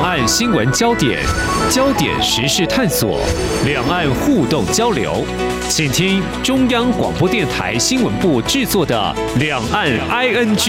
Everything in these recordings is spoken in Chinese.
岸新闻焦点，焦点时事探索，两岸互动交流。请听中央广播电台新闻部制作的《两岸 ING》。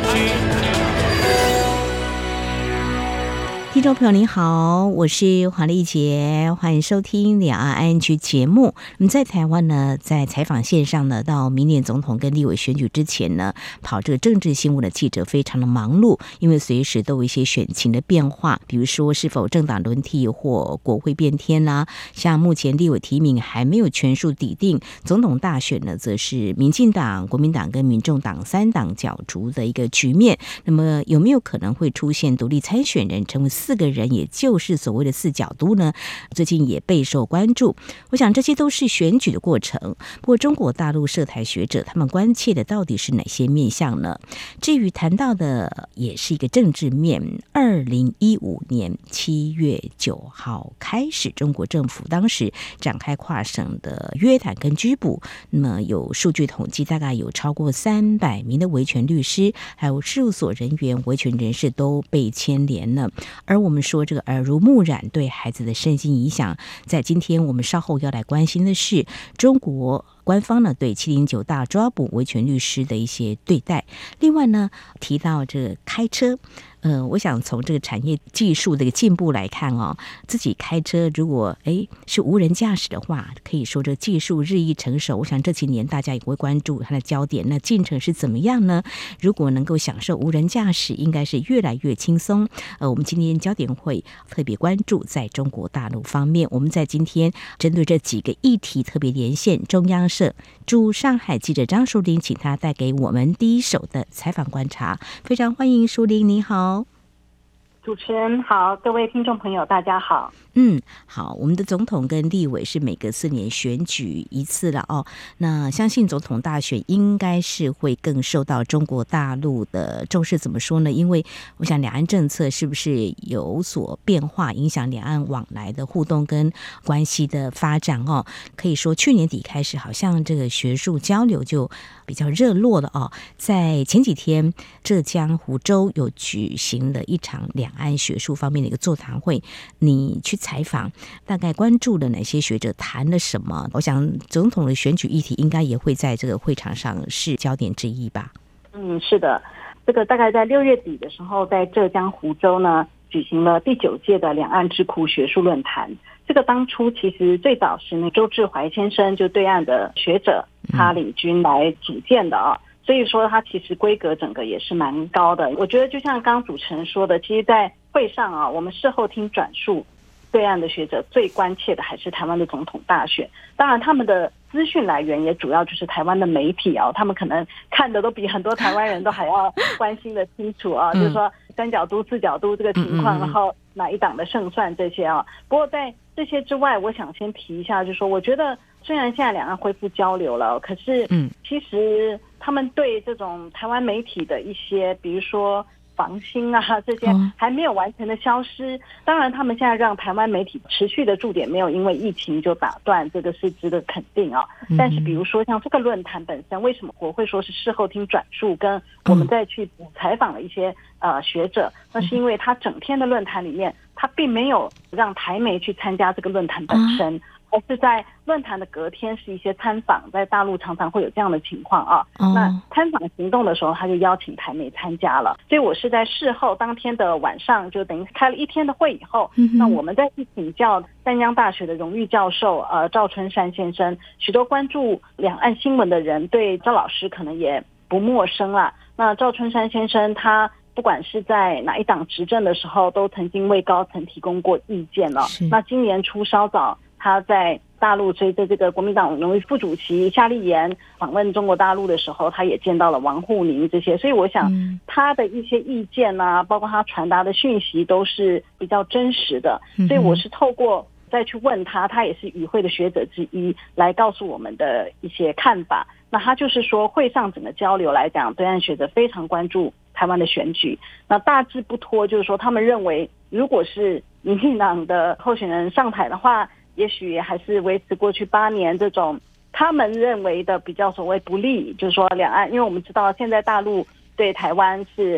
听众朋友您好，我是黄丽杰，欢迎收听两岸 ING 节目。那么在台湾呢，在采访线上呢，到明年总统跟立委选举之前呢，跑这个政治新闻的记者非常的忙碌，因为随时都有一些选情的变化，比如说是否政党轮替或国会变天啦。像目前立委提名还没有全数抵定，总统大选呢，则是民进党、国民党跟民众党三党角逐的一个局面。那么有没有可能会出现独立参选人成为4个人，也就是所谓的4角都呢？最近也备受关注。我想这些都是选举的过程。不过中国大陆涉台学者他们关切的到底是哪些面向呢？至于谈到的也是一个政治面。2015年7月9号开始，中国政府当时展开跨省的约谈跟拘捕。那么有数据统计，大概有超过300名的维权律师，还有事务所人员、维权人士都被牵连了。而我们说这个耳濡目染对孩子的身心影响，在今天我们稍后要来关心的是中国官方呢对709大抓捕维权律师的一些对待。另外呢，提到这个开车，我想从这个产业技术的一个进步来看哦，自己开车如果是无人驾驶的话，可以说这个技术日益成熟。我想这几年大家也会关注它的焦点，那进程是怎么样呢？如果能够享受无人驾驶，应该是越来越轻松。我们今天焦点会特别关注在中国大陆方面。我们在今天针对这几个议题特别连线中央社驻上海记者张淑玲，请他带给我们第一手的采访观察。非常欢迎淑玲，你好。 主持人好，各位听众朋友大家好。 好，我们的总统跟立委是每隔4年选举一次了哦。那相信总统大选应该是会更受到中国大陆的重视。怎么说呢？因为我想两岸政策是不是有所变化，影响两岸往来的互动跟关系的发展哦。可以说去年底开始，好像这个学术交流就比较热络了哦。在前几天，浙江湖州有举行了一场两岸学术方面的一个座谈会，你去采访，大概关注了哪些学者，谈了什么？我想总统的选举议题应该也会在这个会场上是焦点之一吧。 是的，这个大概在6月底的时候，在浙江湖州呢举行了第9届的两岸智库学术论坛。这个当初其实最早是周志怀先生，就对岸的学者，他领军来组建的啊。所以说它其实规格整个也是蛮高的。我觉得就像刚刚主持人说的，其实在会上啊，我们事后听转述，对岸的学者最关切的还是台湾的总统大选。当然他们的资讯来源也主要就是台湾的媒体啊，他们可能看的都比很多台湾人都还要关心的清楚啊，就是说3角都4角都这个情况，然后哪一党的胜算这些啊。不过在这些之外，我想先提一下，就是说我觉得虽然现在两岸恢复交流了，可是其实他们对这种台湾媒体的一些比如说防心啊这些还没有完全的消失。当然他们现在让台湾媒体持续的驻点没有因为疫情就打断，这个是值得肯定啊。但是比如说像这个论坛本身，为什么我会说是事后听转述跟我们再去采访了一些学者，那是因为他整天的论坛里面他并没有让台媒去参加这个论坛本身，而是在论坛的隔天是一些参访，在大陆常常会有这样的情况啊。那参访行动的时候，他就邀请台媒参加了。所以我是在事后当天的晚上，就等于开了1天的会以后，那我们再去请教淡江大学的荣誉教授赵春山先生。许多关注两岸新闻的人对赵老师可能也不陌生啦。那赵春山先生他不管是在哪一党执政的时候，都曾经为高层提供过意见了。那今年初稍早，他在大陆随着这个国民党荣誉副主席夏立言访问中国大陆的时候，他也见到了王沪宁这些。所以我想他的一些意见啊，包括他传达的讯息都是比较真实的。所以我是透过再去问他，他也是与会的学者之一，来告诉我们的一些看法。那他就是说，会上整个交流来讲，对岸学者非常关注台湾的选举。那大致不脱就是说，他们认为如果是民进党的候选人上台的话，也许还是维持过去8年这种他们认为的比较所谓不利，就是说两岸，因为我们知道现在大陆对台湾是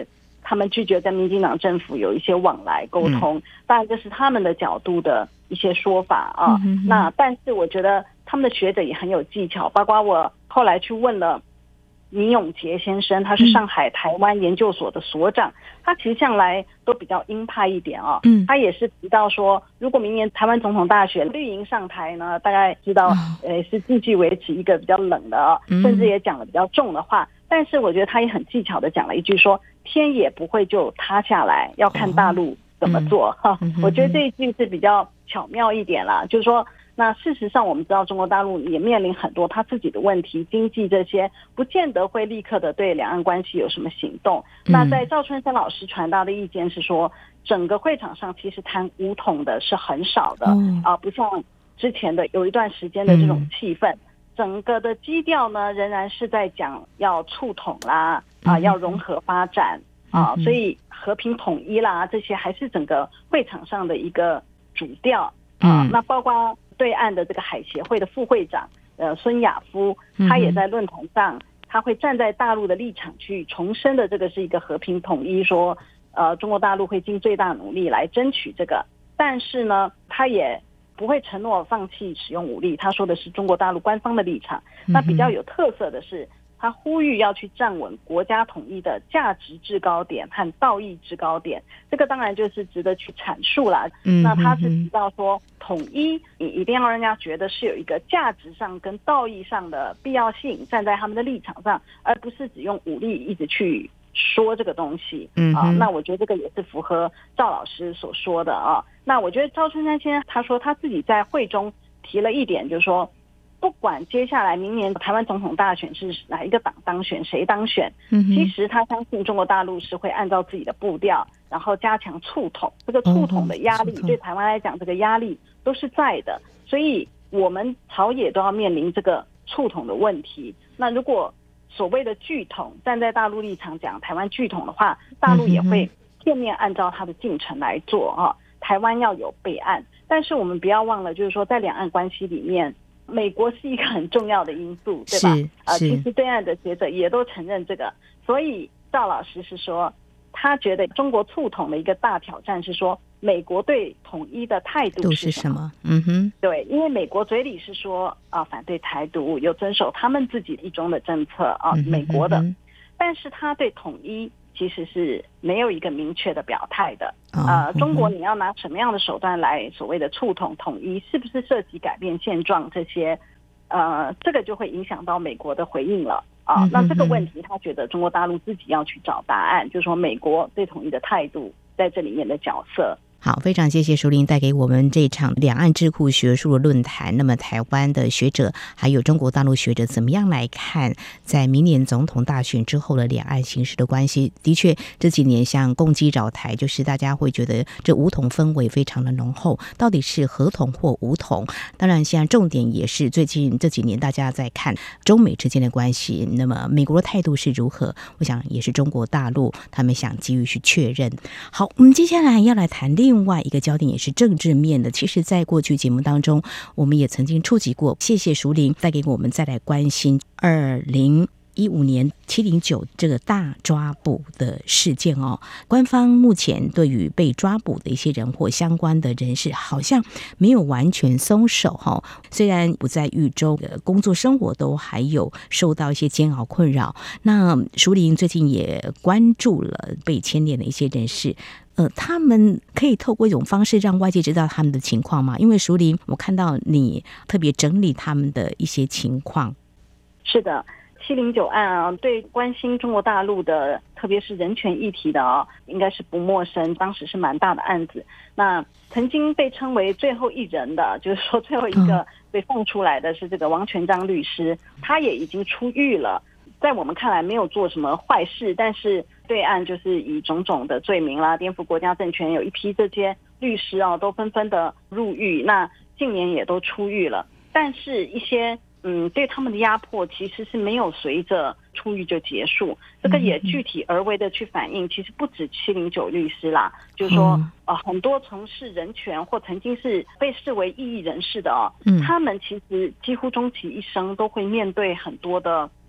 他们拒绝跟民进党政府有一些往来沟通，当然这是他们的角度的一些说法啊。那但是我觉得他们的学者也很有技巧，包括我后来去问了倪永杰先生，他是上海台湾研究所的所长，他其实向来都比较鹰派一点啊。他也是提到说，如果明年台湾总统大选绿营上台呢，大概知道是继续维持一个比较冷的甚至也讲了比较重的话。但是我觉得他也很技巧的讲了一句说，天也不会就塌下来，要看大陆怎么做我觉得这一句是比较巧妙一点啦，就是说那事实上我们知道中国大陆也面临很多他自己的问题，经济这些不见得会立刻的对两岸关系有什么行动。那在赵春山老师传达的意见是说，整个会场上其实谈武统的是很少的不像之前的有一段时间的这种气氛，整个的基调呢仍然是在讲要促统啦要融合发展所以和平统一啦这些还是整个会场上的一个主调那包括对岸的这个海协会的副会长孙亚夫，他也在论坛上他会站在大陆的立场去重申的这个是一个和平统一，说中国大陆会尽最大努力来争取这个，但是呢他也不会承诺放弃使用武力，他说的是中国大陆官方的立场。那比较有特色的是他呼吁要去站稳国家统一的价值制高点和道义制高点，这个当然就是值得去阐述啦。那他是提到说统一你一定要让人家觉得是有一个价值上跟道义上的必要性，站在他们的立场上，而不是只用武力一直去说这个东西那我觉得这个也是符合赵老师所说的那我觉得赵春山先生他说他自己在会中提了一点，就是说不管接下来明年台湾总统大选是哪一个党当选谁当选其实他相信中国大陆是会按照自己的步调然后加强促统，这个促统的压力对台湾来讲这个压力都是在的，所以我们朝野都要面临这个促统的问题。那如果所谓的拒统站在大陆立场讲台湾拒统的话，大陆也会片面按照它的进程来做台湾要有备案，但是我们不要忘了就是说在两岸关系里面美国是一个很重要的因素，对吧？其实对岸的学者也都承认这个，所以赵老师是说他觉得中国促统的一个大挑战是说美国对统一的态度是什么对，因为美国嘴里是说反对台独，有遵守他们自己一中的政策美国的，但是他对统一其实是没有一个明确的表态的中国你要拿什么样的手段来所谓的促统统一，是不是涉及改变现状这些这个就会影响到美国的回应了那这个问题他觉得中国大陆自己要去找答案，就是说美国对统一的态度在这里面的角色。 好，非常谢谢淑玲带给我们这场两岸智库学术的论坛。那么台湾的学者还有中国大陆学者怎么样来看在明年总统大选之后的两岸形势的关系？的确这几年像共机扰台，就是大家会觉得这武统氛围非常的浓厚，到底是合统或武统？当然现在重点也是最近这几年大家在看中美之间的关系，那么美国的态度是如何，我想也是中国大陆他们想急于去确认。好，我们接下来要来谈另外一个焦点，也是政治面的。其实在过去节目当中我们也曾经触及过，谢谢淑玲带给我们再来关心2015年709这个大抓捕的事件官方目前对于被抓捕的一些人或相关的人士好像没有完全松手虽然不在狱中，工作生活都还有受到一些煎熬困扰。那淑玲最近也关注了被牵连的一些人士，他们可以透过一种方式让外界知道他们的情况吗？因为淑玲我看到你特别整理他们的一些情况。 是的，709案对关心中国大陆的特别是人权议题的应该是不陌生，当时是蛮大的案子。那曾经被称为最后一人的，就是说最后一个被放出来的是这个王全璋律师，他也已经出狱了，在我们看来没有做什么坏事，但是对岸就是以种种的罪名啦，颠覆国家政权，有一批这些律师都纷纷的入狱，那近年也都出狱了，但是一些对他们的压迫其实是没有随着出狱就结束，这个也具体而为的去反映，其实不止709律师啦，就是说很多从事人权或曾经是被视为异议人士的他们其实几乎终其一生都会面对很多的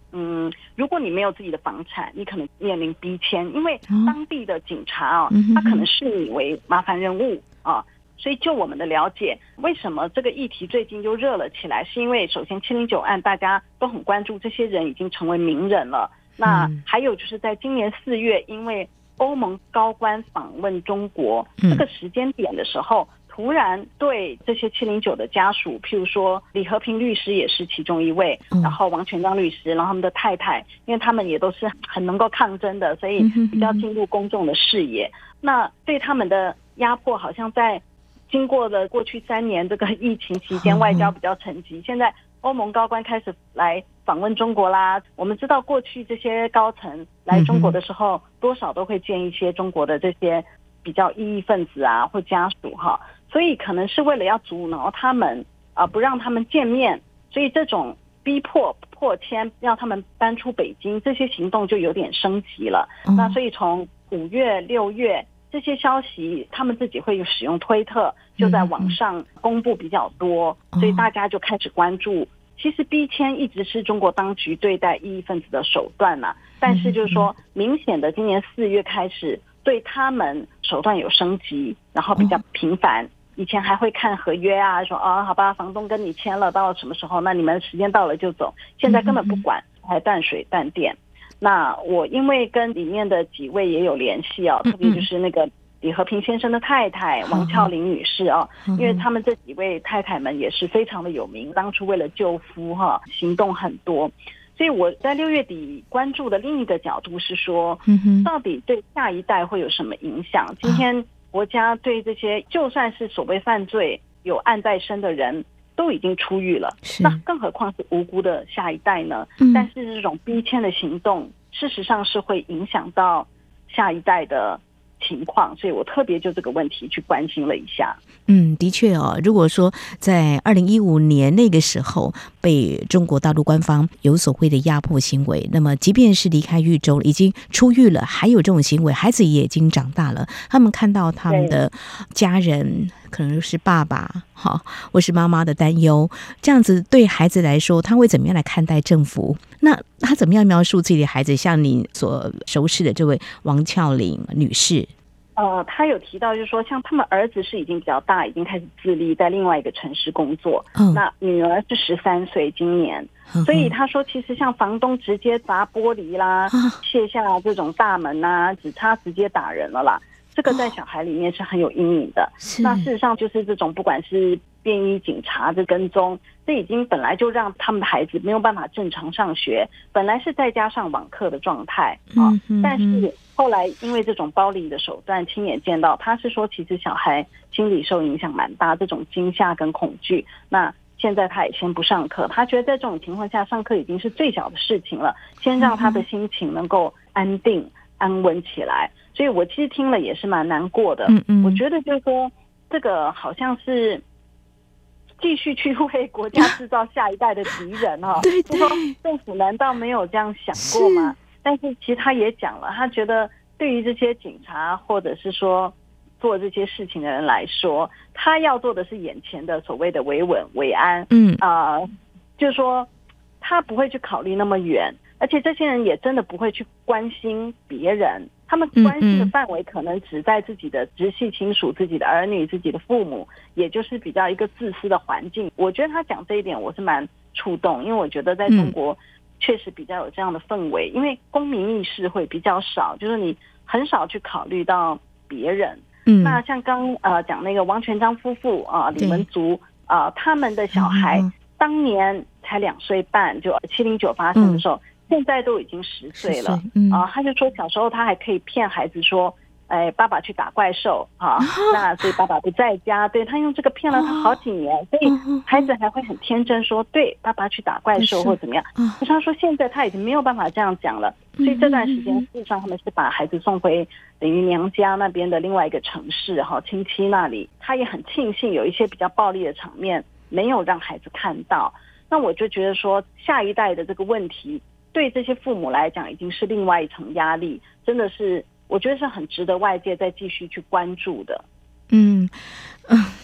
如果你没有自己的房产，你可能面临逼迁，因为当地的警察他可能视你为麻烦人物啊。所以就我们的了解，为什么这个议题最近又热了起来，是因为首先709案大家都很关注，这些人已经成为名人了。那还有就是在今年4月，因为欧盟高官访问中国这个时间点的时候，突然对这些709的家属，譬如说李和平律师也是其中一位，然后王全璋律师，然后他们的太太，因为他们也都是很能够抗争的，所以比较进入公众的视野。那对他们的压迫好像在经过了过去3年这个疫情期间，外交比较沉寂，现在欧盟高官开始来访问中国啦。我们知道过去这些高层来中国的时候，多少都会见一些中国的这些比较异议分子啊或家属哈，所以可能是为了要阻挠他们不让他们见面，所以这种逼迫迫迁让他们搬出北京，这些行动就有点升级了。那所以从5月6月这些消息他们自己会使用推特，就在网上公布比较多，所以大家就开始关注。其实逼迁一直是中国当局对待异议分子的手段啦，但是就是说明显的今年4月开始对他们手段有升级，然后比较频繁。以前还会看合约啊，说好吧，房东跟你签了到什么时候，那你们时间到了就走，现在根本不管，还断水断电。那我因为跟里面的几位也有联系特别就是那个李和平先生的太太王峭玲女士因为他们这几位太太们也是非常的有名，当初为了救夫行动很多。所以我在6月底关注的另一个角度是说，到底对下一代会有什么影响？今天国家对这些就算是所谓犯罪有案在身的人都已经出狱了，那更何况是无辜的下一代呢？但是这种逼迁的行动事实上是会影响到下一代的情况，所以我特别就这个问题去关心了一下。 的确如果说在2015年那个时候被中国大陆官方有所谓的压迫行为，那么即便是离开狱中已经出狱了，还有这种行为，孩子也已经长大了，他们看到他们的家人可能是爸爸或是妈妈的担忧，这样子对孩子来说他会怎么样来看待政府？那他怎么样描述自己的孩子？像你所熟识的这位王峭玲女士， 他有提到就是说，像他们儿子是已经比较大，已经开始自立，在另外一个城市工作，那女儿是13岁今年，所以他说其实像房东直接砸玻璃啦，卸下这种大门啊，只差直接打人了啦，这个在小孩里面是很有阴影的。那事实上就是这种不管是便衣警察的跟踪，这已经本来就让他们的孩子没有办法正常上学，本来是在家上网课的状态但是后来因为这种暴力的手段亲眼见到，他是说其实小孩心理受影响蛮大，这种惊吓跟恐惧。那现在他也先不上课，他觉得在这种情况下上课已经是最小的事情了，先让他的心情能够安定安稳起来。所以我其实听了也是蛮难过的。我觉得就是说这个好像是继续去为国家制造下一代的敌人对， 就说政府难道没有这样想过吗？但是其实他也讲了，他觉得对于这些警察或者是说做这些事情的人来说，他要做的是眼前的所谓的维稳维安，就是说他不会去考虑那么远，而且这些人也真的不会去关心别人，他们关心的范围可能只在自己的直系亲属、自己的儿女、自己的父母，也就是比较一个自私的环境。我觉得他讲这一点我是蛮触动，因为我觉得在中国确实比较有这样的氛围，因为公民意识会比较少，就是你很少去考虑到别人。那像刚讲那个王全璋夫妇李文足他们的小孩当年才2岁半，就709发生的时候，现在都已经10岁了他就说小时候他还可以骗孩子说爸爸去打怪兽那所以爸爸不在家，对，他用这个骗了他好几年，所以孩子还会很天真说对，爸爸去打怪兽或怎么样。可是他说现在他已经没有办法这样讲了，所以这段时间事实上他们是把孩子送回等于娘家那边的另外一个城市亲戚那里，他也很庆幸有一些比较暴力的场面没有让孩子看到。那我就觉得说下一代的这个问题对这些父母来讲已经是另外一层压力，真的是我觉得是很值得外界再继续去关注的。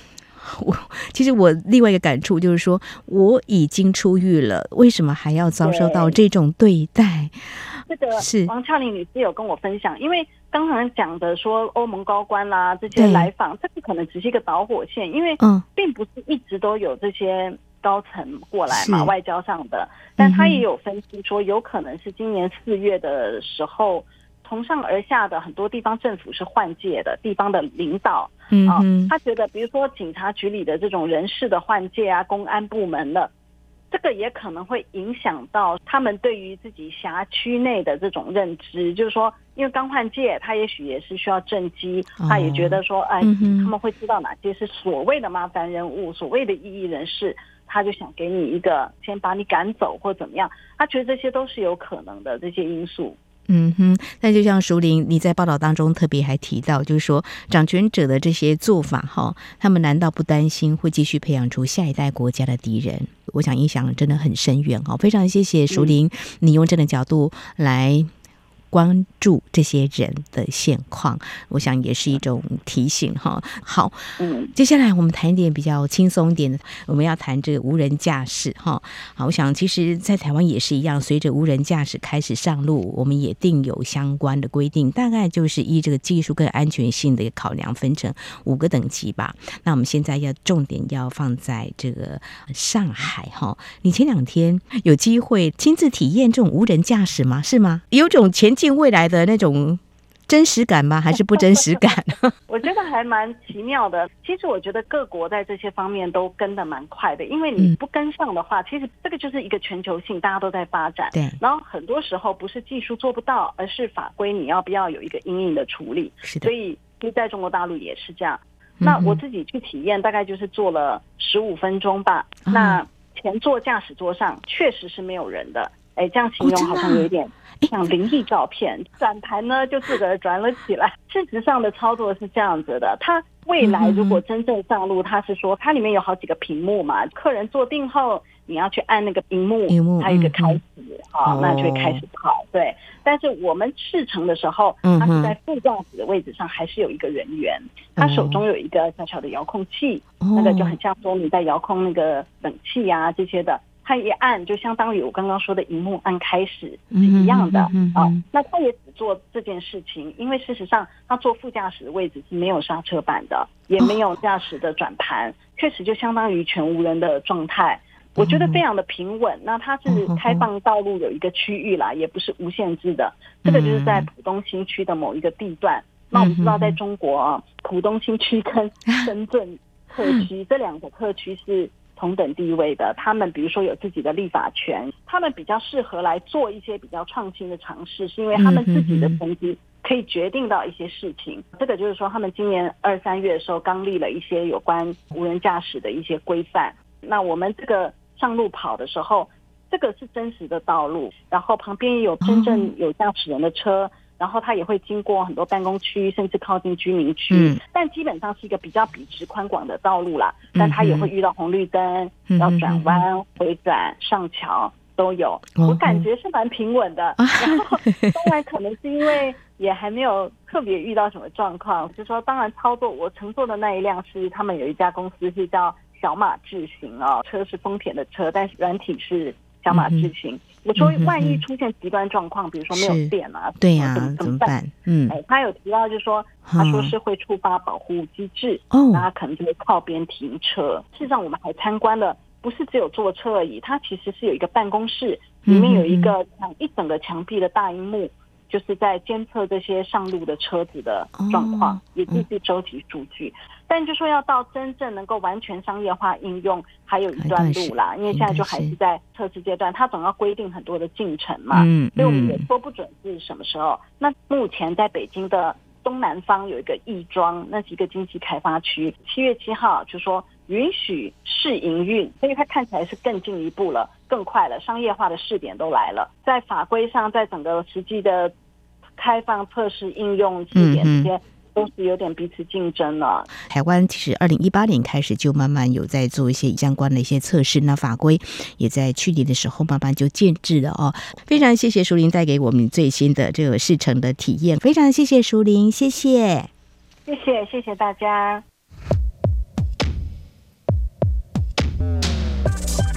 其实我另外一个感触就是说，我已经出狱了，为什么还要遭受到这种对待？ 这个王俏玲女士有跟我分享，因为刚才讲的说欧盟高官啦这些来访，这个可能只是一个导火线，因为并不是一直都有这些高层过来嘛，外交上的，但他也有分析说，有可能是今年4月的时候，从上而下的很多地方政府是换届的，地方的领导，他觉得比如说警察局里的这种人事的换届啊，公安部门的。这个也可能会影响到他们对于自己辖区内的这种认知，就是说，因为刚换届，他也许也是需要政绩，他也觉得说，他们会知道哪些是所谓的麻烦人物，所谓的异议人士，他就想给你一个先把你赶走或怎么样，他觉得这些都是有可能的这些因素。 但就像淑玲你在报道当中特别还提到，就是说掌权者的这些做法他们难道不担心会继续培养出下一代国家的敌人？我想影响真的很深远非常谢谢淑玲你用这个角度来关注这些人的现况，我想也是一种提醒好，接下来我们谈一点比较轻松一点的，我们要谈这个无人驾驶好，我想其实在台湾也是一样，随着无人驾驶开始上路，我们也定有相关的规定，大概就是依这个技术跟安全性的一个考量分成5个等级吧。那我们现在要重点要放在这个上海你前2天有机会亲自体验这种无人驾驶吗？是吗？有种前进未来的那种真实感吗？还是不真实感？ 我觉得还蛮奇妙的。其实我觉得各国在这些方面都跟得蛮快的，因为你不跟上的话，其实这个就是一个全球性，大家都在发展。对。然后很多时候不是技术做不到，而是法规你要不要有一个因应的处理。是的。所以在中国大陆也是这样。那我自己去体验，大概就是做了15分钟吧。那前座驾驶座上确实是没有人的。这样形容好像有一点像灵异照片，转盘呢就自个儿转了起来。事实上的操作是这样子的，它未来如果真正上路，它是说它里面有好几个屏幕嘛，客人坐定后你要去按那个荧幕它有一个开始那就会开始跑。对，但是我们试乘的时候，它是在副驾驶的位置上还是有一个人员，他手中有一个小小的遥控器，那个就很像说你在遥控那个冷气啊这些的，他一按就相当于我刚刚说的荧幕按开始是一样的那他也只做这件事情，因为事实上他坐副驾驶的位置是没有刹车板的，也没有驾驶的转盘，确实就相当于全无人的状态。我觉得非常的平稳。那它是开放道路有一个区域啦，也不是无限制的。这个就是在浦东新区的某一个地段。那我们知道在中国浦东新区跟深圳特区这2个特区是同等地位的，他们比如说有自己的立法权，他们比较适合来做一些比较创新的尝试，是因为他们自己的成绩可以决定到一些事情。这个就是说他们今年2、3月的时候刚立了一些有关无人驾驶的一些规范。那我们这个上路跑的时候，这个是真实的道路，然后旁边也有真正有驾驶人的车，然后它也会经过很多办公区，甚至靠近居民区，但基本上是一个比较笔直宽广的道路啦。但它也会遇到红绿灯，要转弯、回转、上桥都有。我感觉是蛮平稳的。然后当然可能是因为也还没有特别遇到什么状况，就是说当然操作我乘坐的那一辆是他们有一家公司是叫小马智行车是丰田的车，但是软体是小马智行。我说万一出现极端状况，比如说没有电对怎么办？ 他有提到就是说，他说是会触发保护机制，那他可能就会靠边停车。事实上我们还参观了，不是只有坐车而已，它其实是有一个办公室，里面有一个一整个墙壁的大萤幕，就是在监测这些上路的车子的状况，也就是收集数据。但就说要到真正能够完全商业化应用，还有一段路啦，因为现在就还是在测试阶段，它总要规定很多的进程嘛，所以我们也说不准是什么时候。那目前在北京的东南方有一个亦庄，那是一个经济开发区，7月7号就说允许试营运，所以它看起来是更进一步了，更快了，商业化的试点都来了。在法规上，在整个实际的开放测试应用试点这些都是有点彼此竞争了。 台湾其实2018年开始就慢慢有在做一些相关的一些测试，那法规也在去年的时候慢慢就建制了非常谢谢淑玲带给我们最新的这个试乘的体验，非常谢谢淑玲，谢谢， 谢谢大家。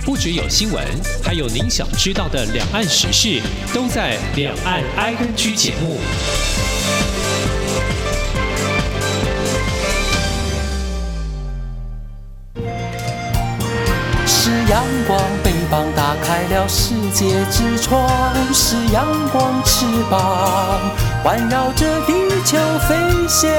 不只有新闻，还有您想知道的两岸时事，都在《两岸 ING》节目。 是阳光，翅膀打开了世界之窗；是阳光，翅膀环绕着地球飞翔。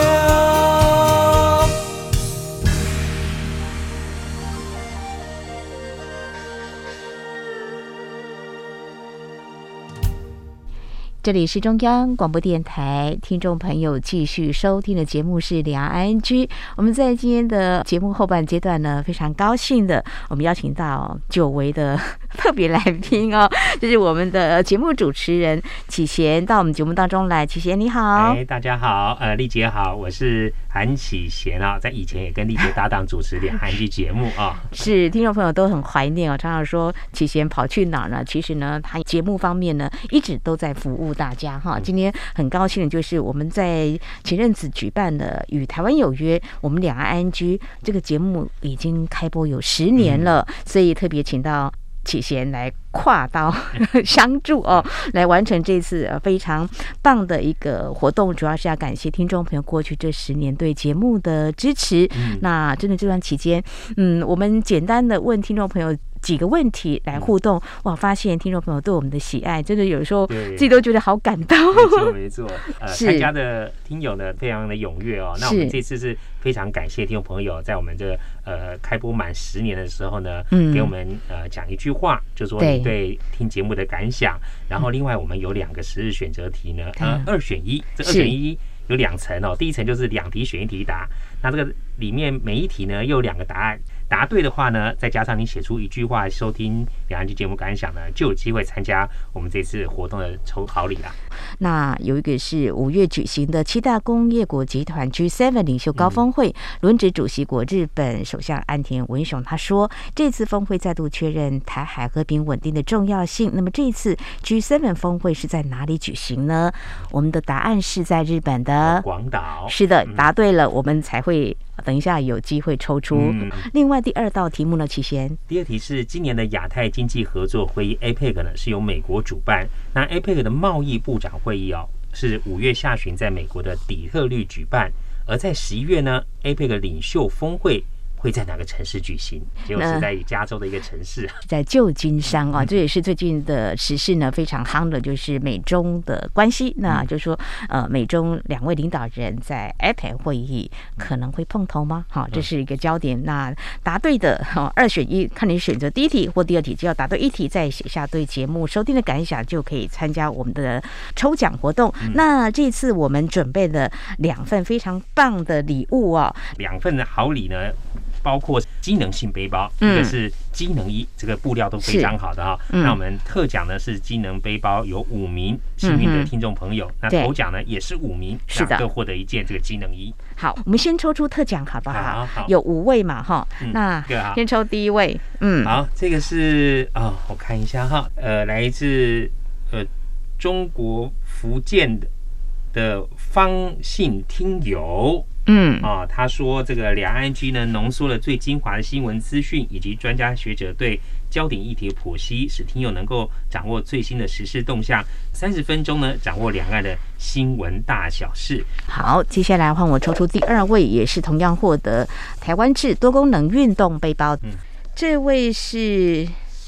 这里是中央广播电台，听众朋友继续收听的节目是两岸 ING。我们在今天的节目后半阶段呢，非常高兴的，我们邀请到久违的特别来宾哦，就是我们的节目主持人启贤到我们节目当中来。启贤你好。 大家好，丽姐好，我是韩启贤啊，在以前也跟丽姐搭档主持两岸 ING 节目啊。 是听众朋友都很怀念哦，常常说启贤跑去哪儿呢？其实呢，他节目方面呢一直都在服务大家哈。今天很高兴的就是我们在前阵子举办的《与台湾有约》，我们两岸 ING 这个节目已经开播有10年了，所以特别请到启贤来跨刀相助哦，来完成这次非常棒的一个活动。主要是要感谢听众朋友过去这10年对节目的支持。那真的这段期间，我们简单的问听众朋友几个问题来互动，哇，发现听众朋友对我们的喜爱，真的有时候自己都觉得好感动。 没错，参加的听友呢非常的踊跃哦。那我们这次是非常感谢听众朋友在我们这开播满10年的时候呢，给我们讲一句话，就说你对听节目的感想。然后另外我们有2个10日选择题呢，2选1，这2选1有2层哦。第一层就是2题选1题答，那这个里面每一题呢又有2个答案。答对的话呢，再加上你写出一句话收听两岸 ING 节目感想呢，就有机会参加我们这次活动的抽好礼啦。 那有一个是5月举行的7大工业国集团 G7 领袖高峰会，轮值主席国日本首相岸田文雄他说，这次峰会再度确认台海和平稳定的重要性。那么这一次 G7 峰会是在哪里举行呢？我们的答案是在日本的广岛。 是的，答对了，我们才会等一下有机会抽出。另外第2道题目呢，启贤。 第2题是今年的亚太经济合作会议 APEC 呢是由美国主办，那 APEC 的贸易部长会议是5月下旬在美国的底特律举办，而在11月呢 APEC 领袖峰会会在哪个城市举行？结果是在加州的一个城市， 在旧金山啊，这也是最近的时事呢，非常夯的，就是美中的关系。那就是说，美中2位领导人在 APEC 会议可能会碰头吗？好，这是一个焦点。那答对的2选1，看你选择第1题或第2题，只要答对1题，再写下对节目收听的感想，就可以参加我们的抽奖活动。那这次我们准备了2份非常棒的礼物哦 ，2份的好礼呢。包括机能性背包，一个是机能衣，这个布料都非常好的哈。那我们特奖呢是机能背包，有5名幸运的听众朋友，那头奖呢也是5名， 是的， 各获得1件这个机能衣。 好，我们先抽出特奖好不好？ 好， 有5位嘛哈，那先抽第1位。 好，这个是我看一下哈，来自中国福建的方信听友。他说这个两岸 ING 呢浓缩了最精华的新闻资讯以及专家学者对焦点议题的剖析，使听友能够掌握最新的时事动向，30分钟呢掌握两岸的新闻大小事。 好，接下来换我抽出第2位，也是同样获得台湾制多功能运动背包。这位是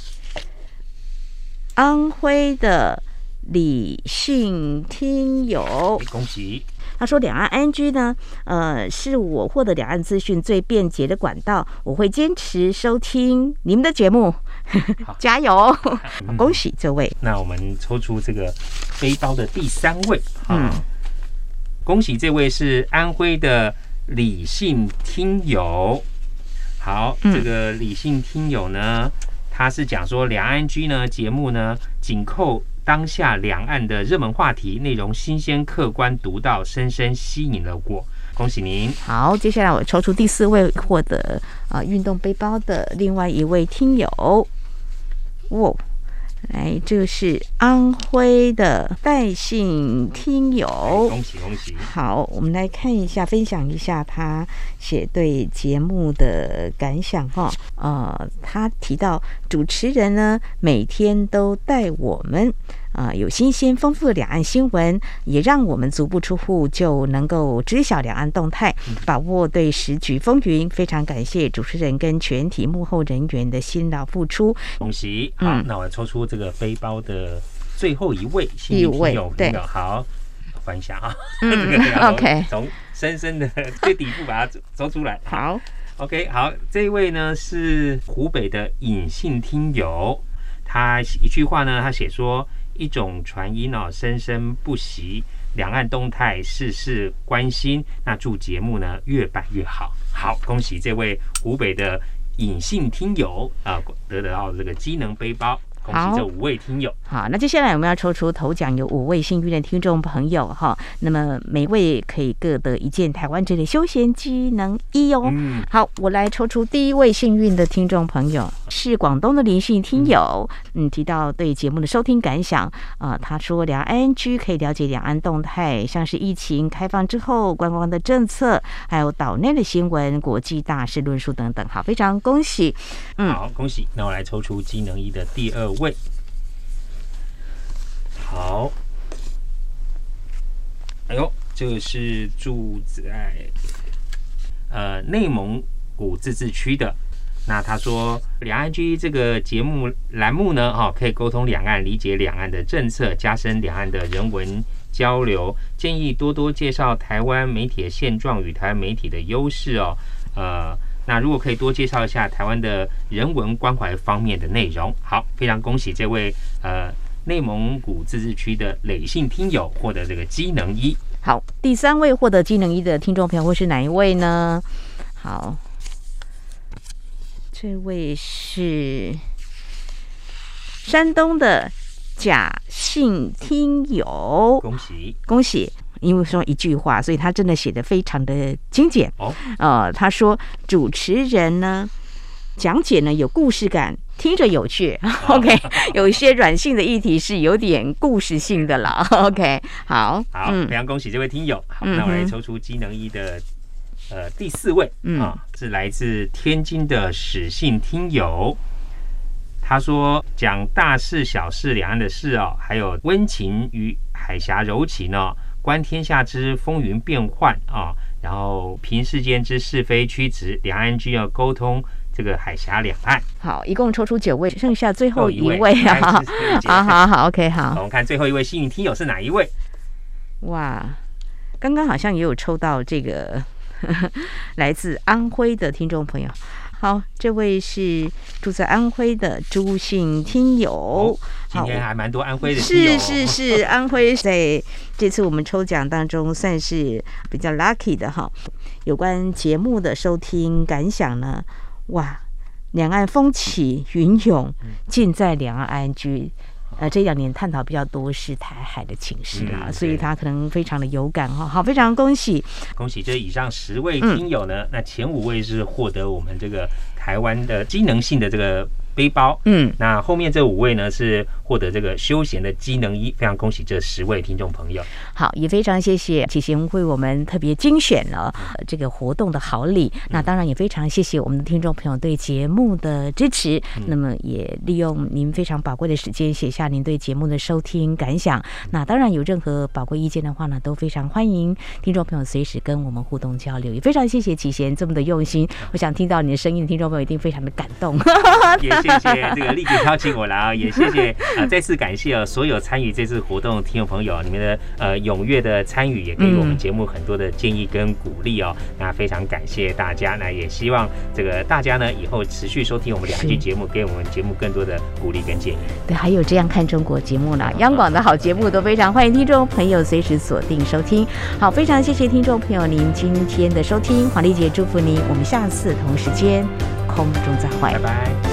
安徽的李姓听友， 恭喜。 他说两岸 ING 呢，是我获得两岸资讯最便捷的管道，我会坚持收听你们的节目，加油！恭喜这位。 那我们抽出这个背包的第3位，恭喜这位是安徽的李姓听友。好，这个李姓听友呢，他是讲说两岸 ING 呢节目呢紧扣当下两岸的热门话题，内容新鲜、客观、独到，深深吸引了我。恭喜您！ 好，接下来我抽出第4位获得运动背包的另外一位听友。 来，这是安徽的戴姓听友， 恭喜恭喜！ 好，我们来看一下，分享一下他写对节目的感想哈。他提到主持人呢每天都带我们有新鲜丰富的两岸新闻，也让我们足不出户就能够知晓两岸动态，把握对时局风云。非常感谢主持人跟全体幕后人员的辛劳付出， 恭喜！好，那我抽出这个背包的最后一位幸运听友，对，好，翻一下啊， OK， 从深深的最底部把它抽出来， 好。 OK， 好，这一位呢是湖北的隐性听友，他一句话呢，他写说一种传音生生不息，两岸动态事事关心，那祝节目呢越办越好。好，恭喜这位湖北的隐性听友得到这个机能背包。恭喜这5位听友。 好，那接下来我们要抽出头奖，有5位幸运的听众朋友哈。那么每位可以各得一件台湾之的休闲机能衣哦。好，我来抽出第一位幸运的听众朋友，是广东的林姓听友。提到对节目的收听感想他说两岸 ING 可以了解两岸动态，像是疫情开放之后观光的政策，还有岛内的新闻、国际大事论述等等。好，非常恭喜。 好，恭喜。那我来抽出机能衣的第2位。好，哎呦，这是住在内蒙古自治区的。那他说，两岸 ING 这个节目栏目呢，可以沟通两岸，理解两岸的政策，加深两岸的人文交流。建议多多介绍台湾媒体的现状与台湾媒体的优势哦。那如果可以多介绍一下台湾的人文关怀方面的内容。好，非常恭喜这位内蒙古自治区的累姓听友获得这个机能衣。 好，第3位获得机能衣的听众朋友会是哪一位呢？好，这位是山东的贾姓听友， 恭喜恭喜！因为说一句话，所以他真的写得非常的精简他说主持人呢讲解呢有故事感，听着有趣OK， 有一些软性的议题是有点故事性的了OK， 好， 非常恭喜这位听友。好，那我来抽出机能衣的第4位是来自天津的史姓听友。他说讲大事小事两岸的事还有温情与海峡柔情观天下之风云变幻然后评世间之是非曲直，两岸 ING 要沟通这个海峡两岸。 好，一共抽出9位，剩下最后一位好 OK， 好， 我们看最后一位幸运听友是哪一位？ 哇，刚刚好像也有抽到这个来自安徽的听众朋友。好，这位是住在安徽的朱姓听友。 今天还蛮多安徽的听友。 是，安徽在这次我们抽奖当中算是比较 lucky 的哈。有关节目的收听感想呢，哇，两岸风起云涌，尽在两岸 ING。这2年探讨比较多是台海的情势啦，所以他可能非常的有感哈。好，非常恭喜这以上10位听友呢，那前5位是获得我们这个台湾的机能性的这个背包，那后面这5位呢是获得这个休闲的机能衣。非常恭喜这10位听众朋友。 好，也非常谢谢启贤为我们特别精选了这个活动的好礼。那当然也非常谢谢我们的听众朋友对节目的支持。那么也利用您非常宝贵的时间写下您对节目的收听感想。那当然有任何宝贵意见的话呢，都非常欢迎听众朋友随时跟我们互动交流。也非常谢谢启贤这么的用心，我想听到你的声音的听众朋友一定非常的感动。 也谢谢这个丽姐邀请我来也谢谢再次感谢所有参与这次活动的听众朋友，你们的踊跃的参与，也给予我们节目很多的建议跟鼓励那非常感谢大家。那也希望这个大家呢以后持续收听我们2集节目，给我们节目更多的鼓励跟建议。 对，还有这样看中国节目啦，央广的好节目都非常欢迎听众朋友随时锁定收听。好，非常谢谢听众朋友您今天的收听，黄丽姐祝福您，我们下次同时间空中再会， 拜拜。